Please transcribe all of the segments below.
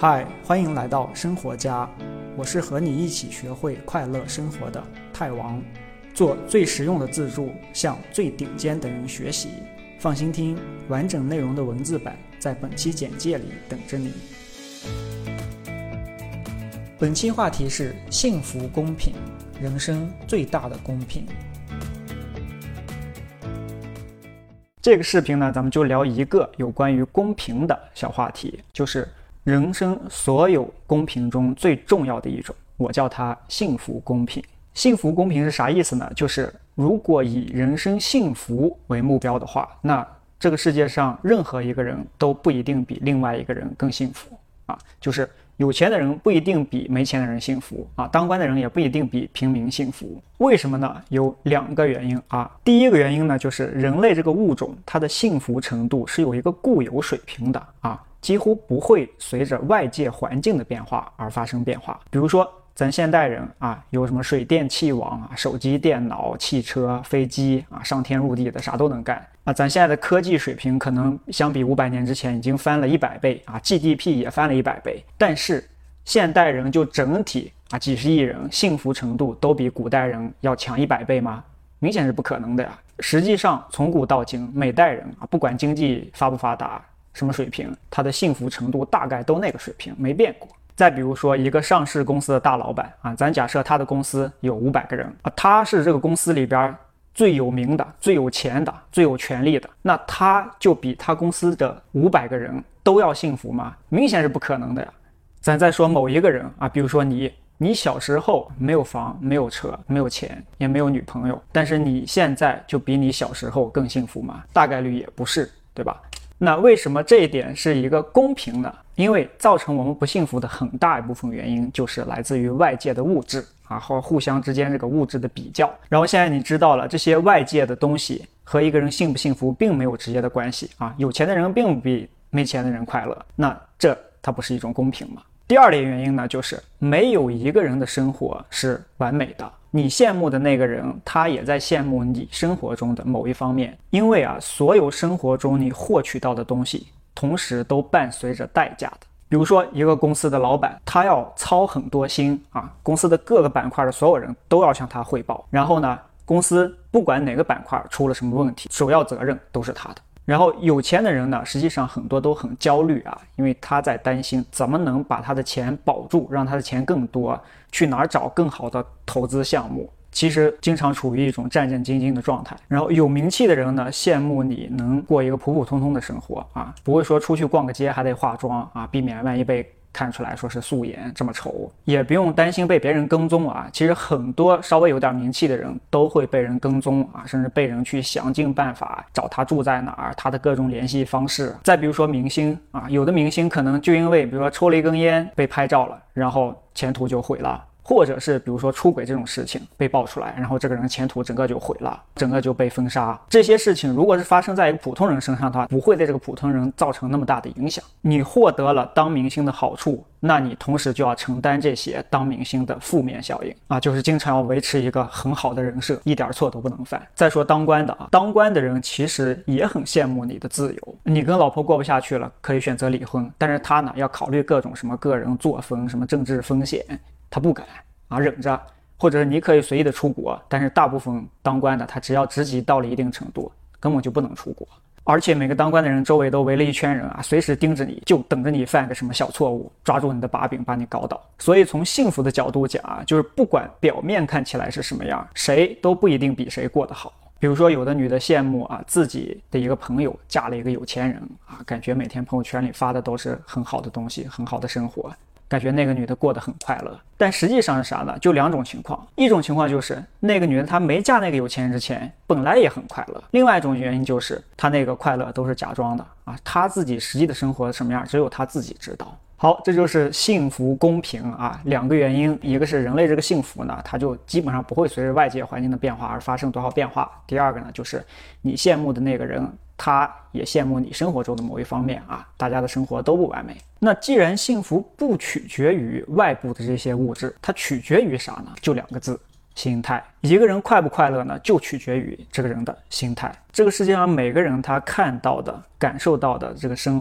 嗨，欢迎来到生活家，我是和你一起学会快乐生活的泰王，做最实用的自助，向最顶尖的人学习。放心听，完整内容的文字版在本期简介里等着你。本期话题是幸福公平，人生最大的公平。这个视频呢，咱们就聊一个有关于公平的小话题，就是人生所有公平中最重要的一种，我叫它幸福公平。幸福公平是啥意思呢？就是如果以人生幸福为目标的话，那这个世界上任何一个人都不一定比另外一个人更幸福啊，就是有钱的人不一定比没钱的人幸福啊，当官的人也不一定比平民幸福。为什么呢？有两个原因啊。第一个原因呢，就是人类这个物种，它的幸福程度是有一个固有水平的啊，几乎不会随着外界环境的变化而发生变化。比如说咱现代人啊，有什么水电气网啊、手机电脑、汽车、飞机啊，上天入地的啥都能干啊。咱现在的科技水平可能相比500年之前已经翻了100倍啊 ，GDP 也翻了100倍。但是现代人就整体啊几十亿人幸福程度都比古代人要强100倍吗？明显是不可能的呀。实际上从古到今，每代人啊，不管经济发不发达，什么水平，他的幸福程度大概都那个水平，没变过。再比如说一个上市公司的大老板啊，咱假设他的公司有500个人啊，他是这个公司里边最有名的、最有钱的、最有权力的，那他就比他公司的500个人都要幸福吗？明显是不可能的呀。咱再说某一个人啊，比如说你小时候没有房、没有车、没有钱，也没有女朋友，但是你现在就比你小时候更幸福吗？大概率也不是，对吧？那为什么这一点是一个公平呢？因为造成我们不幸福的很大一部分原因就是来自于外界的物质啊，和互相之间这个物质的比较。然后现在你知道了，这些外界的东西和一个人幸不幸福并没有直接的关系啊，有钱的人并不比没钱的人快乐，那它不是一种公平吗？第二点原因呢，就是没有一个人的生活是完美的，你羡慕的那个人，他也在羡慕你生活中的某一方面。因为啊，所有生活中你获取到的东西，同时都伴随着代价的。比如说一个公司的老板，他要操很多心啊，公司的各个板块的所有人都要向他汇报，然后呢，公司不管哪个板块出了什么问题，首要责任都是他的。然后有钱的人呢，实际上很多都很焦虑啊，因为他在担心怎么能把他的钱保住，让他的钱更多，去哪儿找更好的投资项目，其实经常处于一种战战兢兢的状态。然后有名气的人呢，羡慕你能过一个普普通通的生活啊，不会说出去逛个街还得化妆啊，避免万一被看出来说是素颜这么丑，也不用担心被别人跟踪啊。其实很多稍微有点名气的人都会被人跟踪啊，甚至被人去想尽办法找他住在哪儿，他的各种联系方式。再比如说明星啊，有的明星可能就因为比如说抽了一根烟被拍照了，然后前途就毁了。或者是比如说出轨这种事情被爆出来，然后这个人前途整个就毁了，整个就被封杀。这些事情如果是发生在一个普通人身上的话，不会对这个普通人造成那么大的影响。你获得了当明星的好处，那你同时就要承担这些当明星的负面效应啊，就是经常要维持一个很好的人设，一点错都不能犯。再说当官的啊，当官的人其实也很羡慕你的自由，你跟老婆过不下去了，可以选择离婚，但是他呢要考虑各种什么个人作风、什么政治风险，他不敢啊，忍着。或者你可以随意的出国，但是大部分当官的他只要职级到了一定程度，根本就不能出国。而且每个当官的人周围都围了一圈人啊，随时盯着你，就等着你犯个什么小错误，抓住你的把柄把你搞倒。所以从幸福的角度讲啊，就是不管表面看起来是什么样，谁都不一定比谁过得好。比如说有的女的羡慕啊自己的一个朋友嫁了一个有钱人啊，感觉每天朋友圈里发的都是很好的东西，很好的生活，感觉那个女的过得很快乐。但实际上是啥呢？就两种情况，一种情况就是那个女的她没嫁那个有钱人之前本来也很快乐，另外一种原因就是她那个快乐都是假装的啊，她自己实际的生活什么样只有她自己知道。好，这就是幸福公平啊，两个原因，一个是人类这个幸福呢，它就基本上不会随着外界环境的变化而发生多少变化。第二个呢，就是你羡慕的那个人，他也羡慕你生活中的某一方面啊，大家的生活都不完美。那既然幸福不取决于外部的这些物质，它取决于啥呢？就两个字，心态。一个人快不快乐呢，就取决于这个人的心态。这个世界上每个人他看到的、感受到的这个生活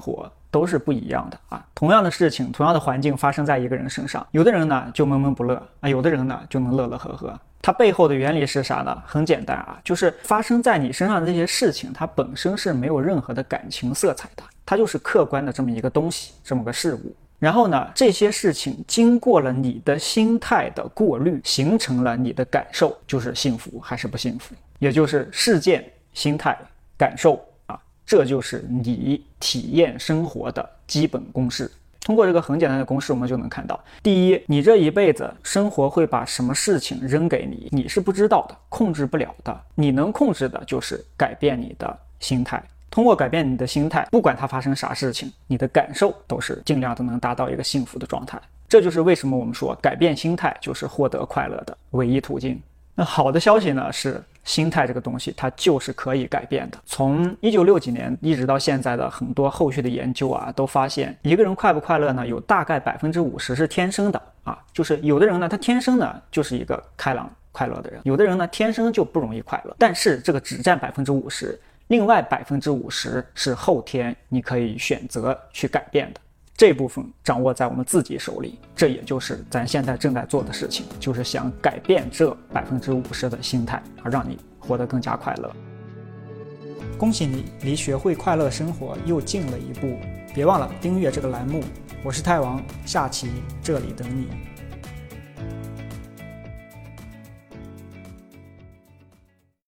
都是不一样的啊。同样的事情，同样的环境发生在一个人身上，有的人呢就闷闷不乐啊，有的人呢就能乐乐呵呵。它背后的原理是啥呢？很简单啊，就是发生在你身上的这些事情，它本身是没有任何的感情色彩的，它就是客观的这么一个东西，这么个事物。然后呢，这些事情经过了你的心态的过滤，形成了你的感受，就是幸福还是不幸福，也就是事件、心态、感受啊，这就是你体验生活的基本公式。通过这个很简单的公式，我们就能看到，第一，你这一辈子生活会把什么事情扔给你，你是不知道的，控制不了的，你能控制的就是改变你的心态。通过改变你的心态，不管它发生啥事情，你的感受都是尽量都能达到一个幸福的状态。这就是为什么我们说改变心态就是获得快乐的唯一途径。那好的消息呢是，心态这个东西它就是可以改变的。从1960几年一直到现在的很多后续的研究啊，都发现一个人快不快乐呢，有大概50%是天生的啊，就是有的人呢他天生呢就是一个开朗快乐的人，有的人呢天生就不容易快乐，但是这个只占50%，另外50%是后天你可以选择去改变的。这部分掌握在我们自己手里，这也就是咱现在正在做的事情，就是想改变这50%的心态，而让你活得更加快乐。恭喜你离学会快乐生活又近了一步，别忘了订阅这个栏目。我是泰王，下期这里等你。